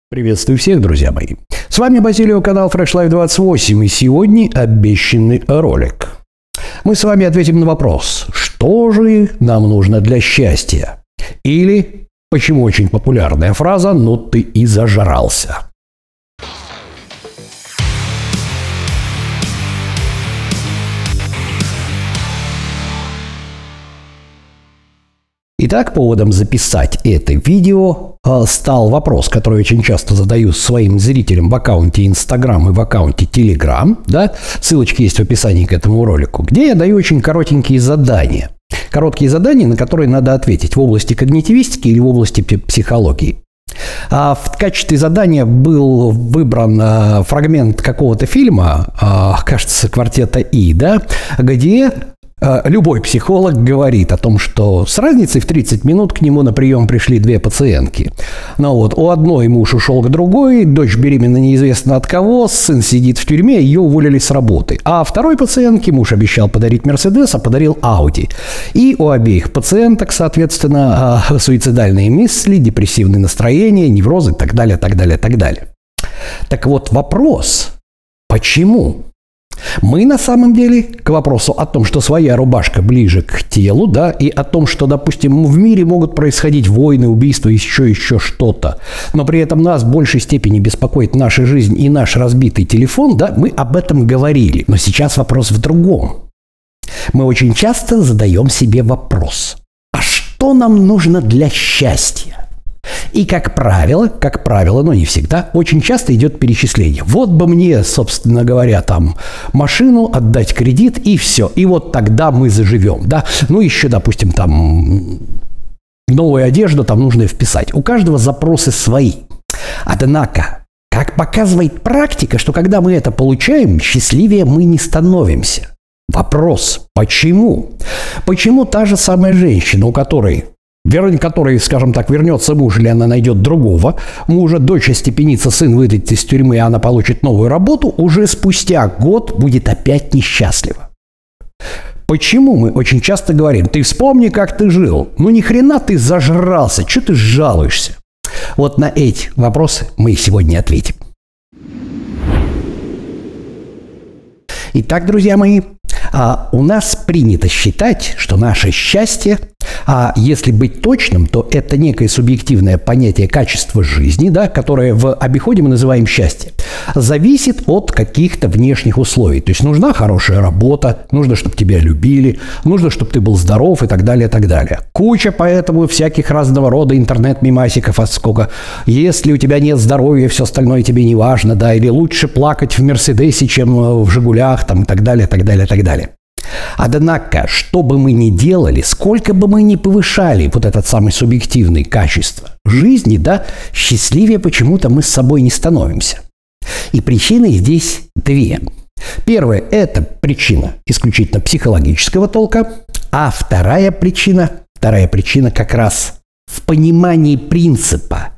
Приветствую всех, друзья мои. С вами Базилио, канал Fresh Life 28, и сегодня обещанный ролик. Мы с вами ответим на вопрос, что же нам нужно для счастья? Или, почему очень популярная фраза «ну ты и зажрался». Итак, поводом записать это видео стал вопрос, который очень часто задаю своим зрителям в аккаунте Instagram и в аккаунте Telegram. Да? Ссылочки есть в описании к этому ролику, где я даю очень коротенькие задания. Короткие задания, на которые надо ответить в области когнитивистики или в области психологии. В качестве задания был выбран фрагмент какого-то фильма, кажется, «Квартета И», да, где любой психолог говорит о том, что с разницей в 30 минут к нему на прием пришли две пациентки. Ну вот, у одной муж ушел к другой, дочь беременна неизвестно от кого, сын сидит в тюрьме, ее уволили с работы. А второй пациентке муж обещал подарить Мерседес, а подарил Ауди. И у обеих пациенток, соответственно, суицидальные мысли, депрессивные настроения, неврозы и так далее, так далее, так далее. Так вот, вопрос, почему? Мы на самом деле к вопросу о том, что своя рубашка ближе к телу, да, и о том, что, допустим, в мире могут происходить войны, убийства, еще что-то, но при этом нас в большей степени беспокоит наша жизнь и наш разбитый телефон, да, мы об этом говорили. Но сейчас вопрос в другом. Мы очень часто задаем себе вопрос, а что нам нужно для счастья? И, как правило, но не всегда, очень часто идет перечисление. Вот бы мне, собственно говоря, там машину, отдать кредит и все. И вот тогда мы заживем, да. Ну, еще, допустим, там новую одежду там нужно вписать. У каждого запросы свои. Однако, как показывает практика, что когда мы это получаем, счастливее мы не становимся. Вопрос, почему? Почему та же самая женщина, у которой, скажем так, вернется муж или она найдет другого мужа, дочь остепенится, сын выйдет из тюрьмы, и она получит новую работу, уже спустя год будет опять несчастлива? Почему мы очень часто говорим, ты вспомни, как ты жил, ну ни хрена ты зажрался, что ты жалуешься? Вот на эти вопросы мы сегодня ответим. Итак, друзья мои, у нас принято считать, что наше счастье, если быть точным, то это некое субъективное понятие качества жизни, да, которое в обиходе мы называем счастье, зависит от каких-то внешних условий. То есть нужна хорошая работа, нужно, чтобы тебя любили, нужно, чтобы ты был здоров и так далее, и так далее. Куча поэтому всяких разного рода интернет-мемасиков отскока. Если у тебя нет здоровья, все остальное тебе не важно, да, или лучше плакать в Мерседесе, чем в Жигулях, там, и так далее, так далее, так далее. Однако, что бы мы ни делали, сколько бы мы ни повышали вот этот самый субъективное качество жизни, да, счастливее почему-то мы с собой не становимся. И причины здесь две. Первая – это причина исключительно психологического толка, а вторая причина как раз в понимании принципа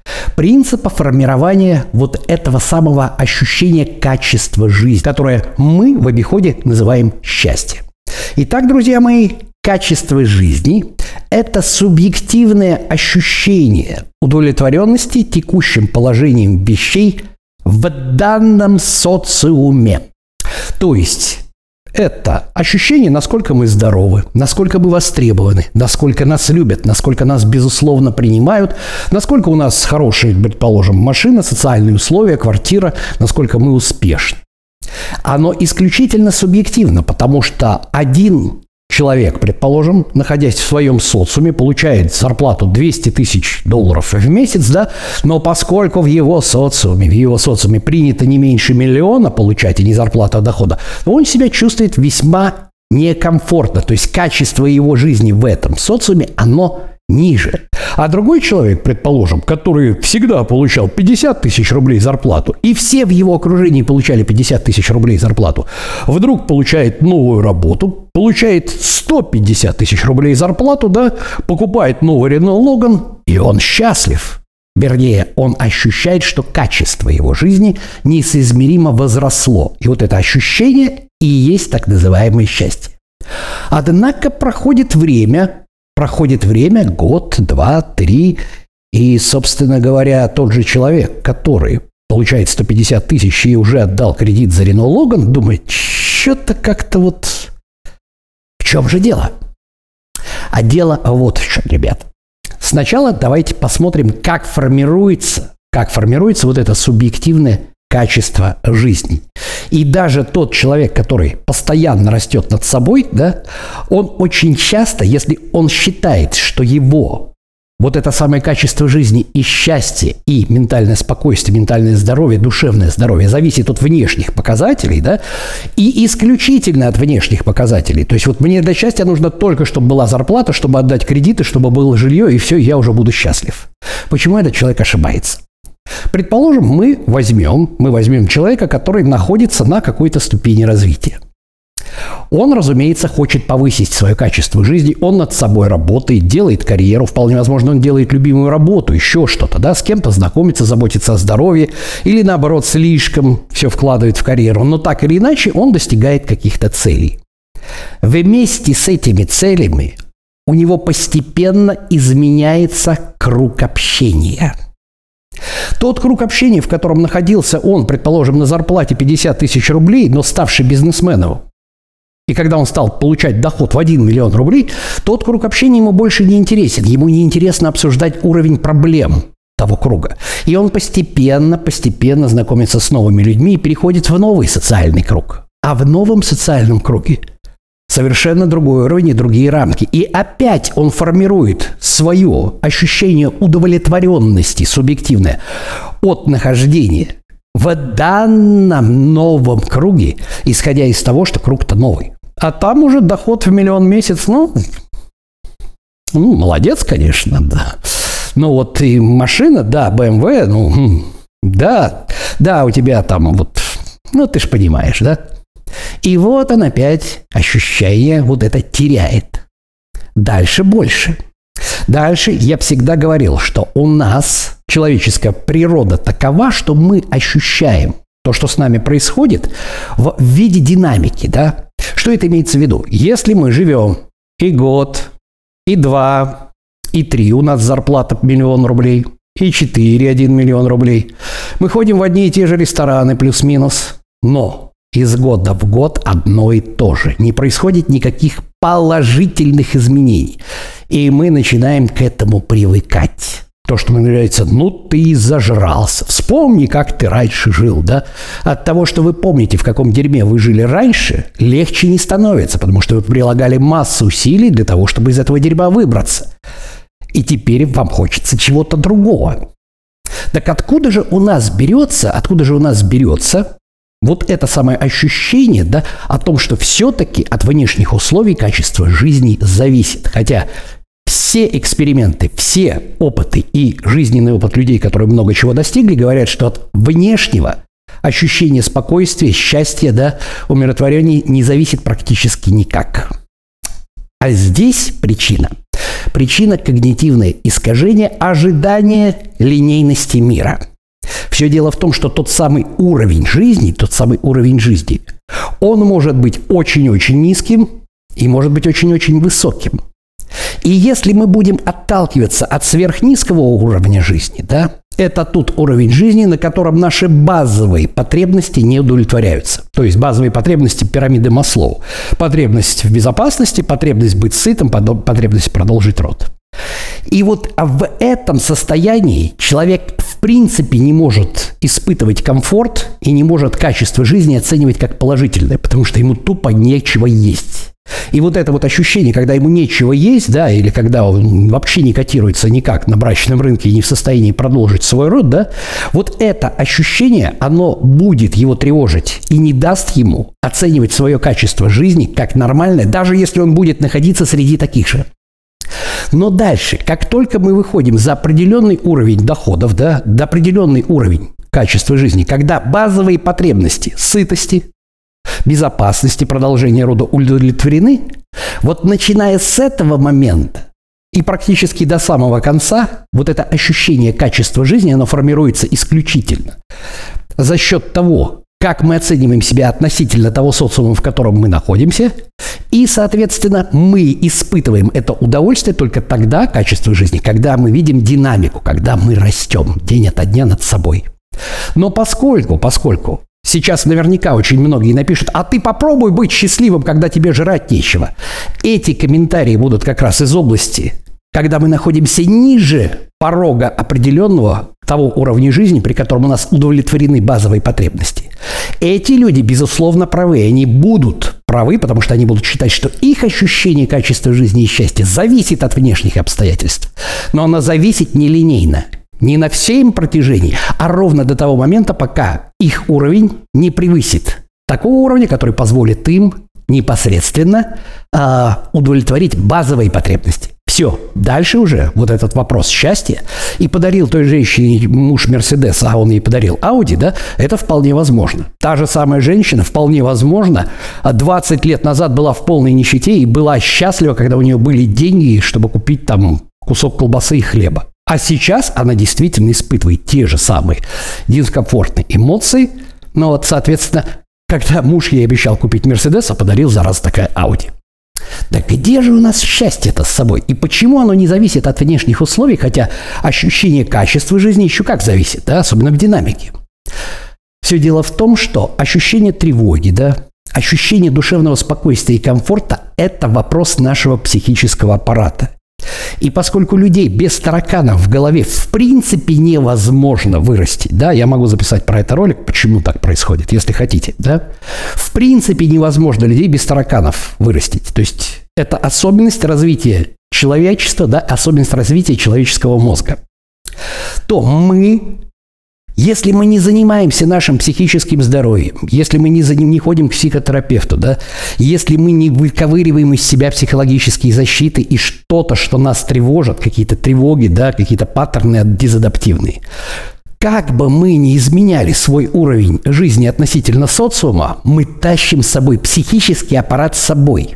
формирования вот этого самого ощущения качества жизни, которое мы в обиходе называем счастьем. Итак, друзья мои, качество жизни – это субъективное ощущение удовлетворенности текущим положением вещей в данном социуме. То есть это ощущение, насколько мы здоровы, насколько мы востребованы, насколько нас любят, насколько нас, безусловно, принимают, насколько у нас хорошая, предположим, машина, социальные условия, квартира, насколько мы успешны. Оно исключительно субъективно, потому что один человек, предположим, находясь в своем социуме, получает зарплату $200 тысяч в месяц, да, но поскольку в его социуме принято не меньше миллиона получать, и не зарплата, а дохода, он себя чувствует весьма некомфортно. То есть качество его жизни в этом социуме, оно ниже. А другой человек, предположим, который всегда получал 50 тысяч рублей зарплату, и все в его окружении получали 50 тысяч рублей зарплату, вдруг получает новую работу, получает 150 тысяч рублей зарплату, да, покупает новый Renault Logan, и он счастлив. Вернее, он ощущает, что качество его жизни несоизмеримо возросло. И вот это ощущение и есть так называемое счастье. Однако проходит время, год, два, три, И, собственно говоря, тот же человек, который получает 150 тысяч и уже отдал кредит за Рено Логан, думает, что-то как-то вот... В чем же дело? А дело вот в чем, ребят. Сначала давайте посмотрим, как формируется вот это субъективное качество жизни. И даже тот человек, который постоянно растет над собой, да, он очень часто, если он считает, что его вот это самое качество жизни и счастье, и ментальное спокойствие, ментальное здоровье, душевное здоровье зависит от внешних показателей, да, и исключительно от внешних показателей. То есть вот мне для счастья нужно только, чтобы была зарплата, чтобы отдать кредиты, чтобы было жилье, и все, я уже буду счастлив. Почему этот человек ошибается? Предположим, мы возьмем человека, который находится на какой-то ступени развития. Он, разумеется, хочет повысить свое качество жизни, он над собой работает, делает карьеру, вполне возможно, он делает любимую работу, еще что-то, да, с кем-то знакомится, заботится о здоровье или, наоборот, слишком все вкладывает в карьеру, но так или иначе он достигает каких-то целей. Вместе с этими целями у него постепенно изменяется круг общения. Тот круг общения, в котором находился он, предположим, на зарплате 50 тысяч рублей, но ставший бизнесменом, и когда он стал получать доход в 1 миллион рублей, тот круг общения ему больше не интересен. Ему не интересно обсуждать уровень проблем того круга. И он постепенно знакомится с новыми людьми и переходит в новый социальный круг. А в новом социальном круге совершенно другой уровень и другие рамки. И опять он формирует свое ощущение удовлетворенности субъективное от нахождения в данном новом круге, исходя из того, что круг-то новый. А там уже доход в 1 миллион в месяц, молодец, конечно, да. Ну вот и машина, да, BMW, да, у тебя там вот, ты ж понимаешь, да. И вот он опять ощущение вот это теряет. Дальше больше. Дальше я всегда говорил, что у нас человеческая природа такова, что мы ощущаем то, что с нами происходит, в виде динамики, да? Что это имеется в виду? Если мы живем и год, и 2, и 3, у нас зарплата 1 миллион рублей, и 4, 1 миллион рублей, мы ходим в одни и те же рестораны плюс-минус, но из года в год одно и то же. Не происходит никаких положительных изменений. И мы начинаем к этому привыкать. То, что нам нравится, ты зажрался. Вспомни, как ты раньше жил, да? От того, что вы помните, в каком дерьме вы жили раньше, легче не становится, потому что вы прилагали массу усилий для того, чтобы из этого дерьма выбраться. И теперь вам хочется чего-то другого. Так откуда же у нас берется вот это самое ощущение, да, о том, что все-таки от внешних условий качество жизни зависит. Хотя все эксперименты, все опыты и жизненный опыт людей, которые много чего достигли, говорят, что от внешнего ощущения спокойствия, счастья, да, умиротворения не зависит практически никак. А здесь причина. Причина – когнитивное искажение ожидания линейности мира. Все дело в том, что тот самый уровень жизни, он может быть очень-очень низким и может быть очень-очень высоким. И если мы будем отталкиваться от сверхнизкого уровня жизни, да, это тот уровень жизни, на котором наши базовые потребности не удовлетворяются. То есть базовые потребности пирамиды Маслоу. Потребность в безопасности, потребность быть сытым, потребность продолжить род. И вот в этом состоянии человек в принципе не может испытывать комфорт и не может качество жизни оценивать как положительное, потому что ему тупо нечего есть. И вот это вот ощущение, когда ему нечего есть, да, или когда он вообще не котируется никак на брачном рынке и не в состоянии продолжить свой род, да, вот это ощущение, оно будет его тревожить и не даст ему оценивать свое качество жизни как нормальное, даже если он будет находиться среди таких же. Но дальше, как только мы выходим за определенный уровень доходов, да, до определенный уровень качества жизни, когда базовые потребности сытости, безопасности, продолжения рода удовлетворены, вот начиная с этого момента и практически до самого конца, вот это ощущение качества жизни, оно формируется исключительно за счет того, как мы оцениваем себя относительно того социума, в котором мы находимся, и, соответственно, мы испытываем это удовольствие только тогда, качество жизни, когда мы видим динамику, когда мы растем день ото дня над собой. Но поскольку сейчас наверняка очень многие напишут: а ты попробуй быть счастливым, когда тебе жрать нечего. Эти комментарии будут как раз из области, когда мы находимся ниже порога определенного того уровня жизни, при котором у нас удовлетворены базовые потребности. Эти люди, безусловно, правы. Они будут правы, потому что они будут считать, что их ощущение качества жизни и счастья зависит от внешних обстоятельств. Но оно зависит нелинейно. Не на всем протяжении, а ровно до того момента, пока их уровень не превысит такого уровня, который позволит им непосредственно удовлетворить базовые потребности. Все. Дальше уже вот этот вопрос счастья. И подарил той женщине муж Мерседес, а он ей подарил Ауди, да, это вполне возможно. Та же самая женщина, вполне возможно, 20 лет назад была в полной нищете и была счастлива, когда у нее были деньги, чтобы купить там кусок колбасы и хлеба. А сейчас она действительно испытывает те же самые дискомфортные эмоции. Но вот, соответственно, когда муж ей обещал купить Мерседес, а подарил за раз такая Ауди. Так где же у нас счастье-то с собой? И почему оно не зависит от внешних условий, хотя ощущение качества жизни еще как зависит, да, особенно в динамике? Все дело в том, что ощущение тревоги, да, ощущение душевного спокойствия и комфорта – это вопрос нашего психического аппарата. И поскольку людей без тараканов в голове в принципе невозможно вырастить, да, я могу записать про это ролик, почему так происходит, если хотите, да, в принципе невозможно людей без тараканов вырастить. То есть это особенность развития человечества, да, особенность развития человеческого мозга. То мы, если мы не занимаемся нашим психическим здоровьем, если мы не ходим к психотерапевту, да, если мы не выковыриваем из себя психологические защиты и что-то, что нас тревожит, какие-то тревоги, да, какие-то паттерны дезадаптивные, как бы мы ни изменяли свой уровень жизни относительно социума, мы тащим с собой психический аппарат с собой.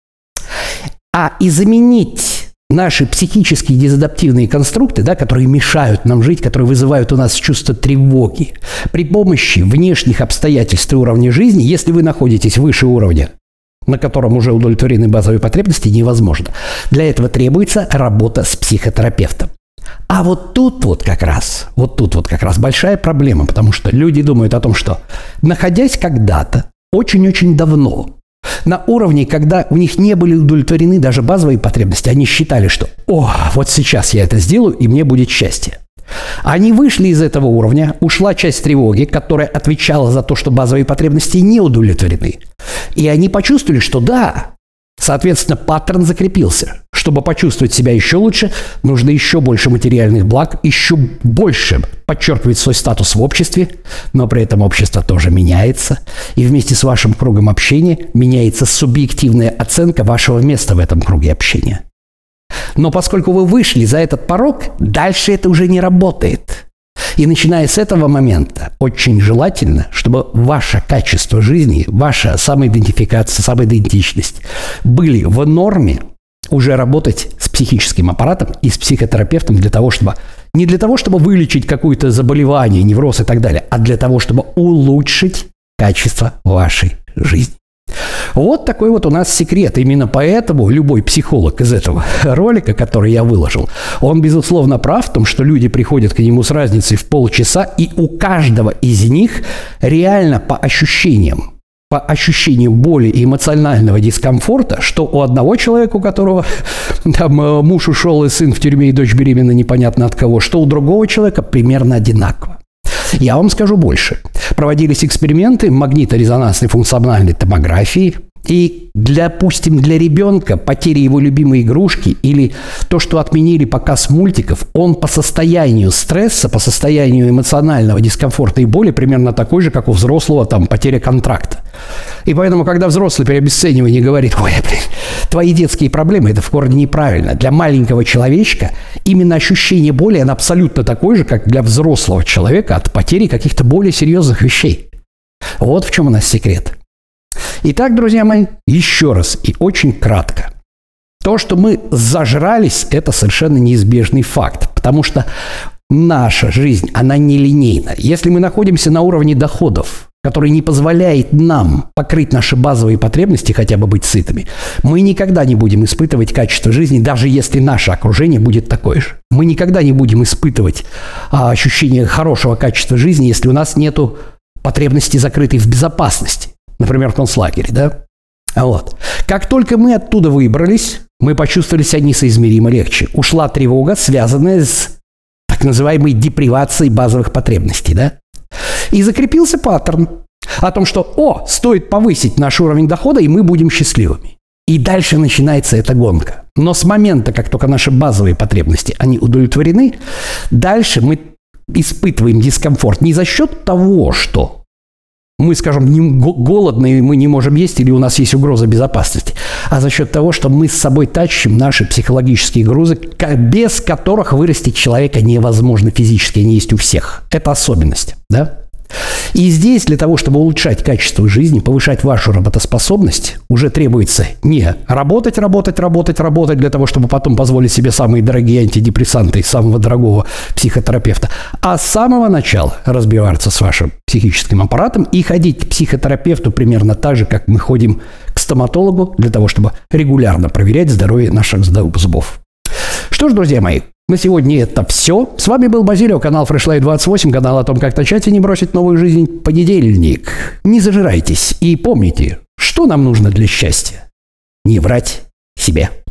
А и заменить наши психические дезадаптивные конструкты, да, которые мешают нам жить, которые вызывают у нас чувство тревоги, при помощи внешних обстоятельств и уровня жизни, если вы находитесь выше уровня, на котором уже удовлетворены базовые потребности, невозможно. Для этого требуется работа с психотерапевтом. А вот тут как раз большая проблема, потому что люди думают о том, что, находясь когда-то, очень-очень давно, на уровне, когда у них не были удовлетворены даже базовые потребности, они считали, что вот сейчас я это сделаю, и мне будет счастье. Они вышли из этого уровня, ушла часть тревоги, которая отвечала за то, что базовые потребности не удовлетворены. И они почувствовали, что да, соответственно, паттерн закрепился. Чтобы почувствовать себя еще лучше, нужно еще больше материальных благ, еще больше подчеркивать свой статус в обществе, но при этом общество тоже меняется. И вместе с вашим кругом общения меняется субъективная оценка вашего места в этом круге общения. Но поскольку вы вышли за этот порог, дальше это уже не работает. И начиная с этого момента, очень желательно, чтобы ваше качество жизни, ваша самоидентификация, самоидентичность были в норме, уже работать с психическим аппаратом и с психотерапевтом не для того, чтобы вылечить какое-то заболевание, невроз и так далее, а для того, чтобы улучшить качество вашей жизни. Вот такой вот у нас секрет. Именно поэтому любой психолог из этого ролика, который я выложил, он, безусловно, прав в том, что люди приходят к нему с разницей в полчаса, и у каждого из них реально по ощущению боли и эмоционального дискомфорта, что у одного человека, у которого там муж ушел и сын в тюрьме, и дочь беременна непонятно от кого, что у другого человека примерно одинаково. Я вам скажу больше. Проводились эксперименты магниторезонансной функциональной томографии, и, допустим, для ребенка потеря его любимой игрушки или то, что отменили показ мультиков, он по состоянию стресса, по состоянию эмоционального дискомфорта и боли примерно такой же, как у взрослого, там, потеря контракта. И поэтому, когда взрослый при обесценивании говорит: твои детские проблемы, это в корне неправильно. Для маленького человечка именно ощущение боли, оно абсолютно такое же, как для взрослого человека от потери каких-то более серьезных вещей. Вот в чем у нас секрет. Итак, друзья мои, еще раз и очень кратко. То, что мы зажрались, это совершенно неизбежный факт, потому что наша жизнь, она нелинейна. Если мы находимся на уровне доходов, который не позволяет нам покрыть наши базовые потребности, хотя бы быть сытыми, мы никогда не будем испытывать качество жизни, даже если наше окружение будет такое же. Мы никогда не будем испытывать ощущение хорошего качества жизни, если у нас нету потребности, закрытой в безопасности. Например, в концлагере, да? Вот. Как только мы оттуда выбрались, мы почувствовали себя несоизмеримо легче. Ушла тревога, связанная с так называемой депривацией базовых потребностей, да? И закрепился паттерн о том, что, стоит повысить наш уровень дохода, и мы будем счастливыми. И дальше начинается эта гонка. Но с момента, как только наши базовые потребности, они удовлетворены, дальше мы испытываем дискомфорт не за счет того, что мы, скажем, голодны, и мы не можем есть, или у нас есть угроза безопасности, а за счет того, что мы с собой тащим наши психологические грузы, без которых вырастить человека невозможно физически, они есть у всех. Это особенность, да? И здесь для того, чтобы улучшать качество жизни, повышать вашу работоспособность, уже требуется не работать для того, чтобы потом позволить себе самые дорогие антидепрессанты из самого дорогого психотерапевта, а с самого начала разбиваться с вашим психическим аппаратом и ходить к психотерапевту примерно так же, как мы ходим к стоматологу, для того, чтобы регулярно проверять здоровье наших зубов. Что ж, друзья мои, на сегодня это все. С вами был Базилио, канал Fresh Life 28, канал о том, как начать и не бросить новую жизнь. Понедельник. Не зажирайтесь и помните, что нам нужно для счастья. Не врать себе.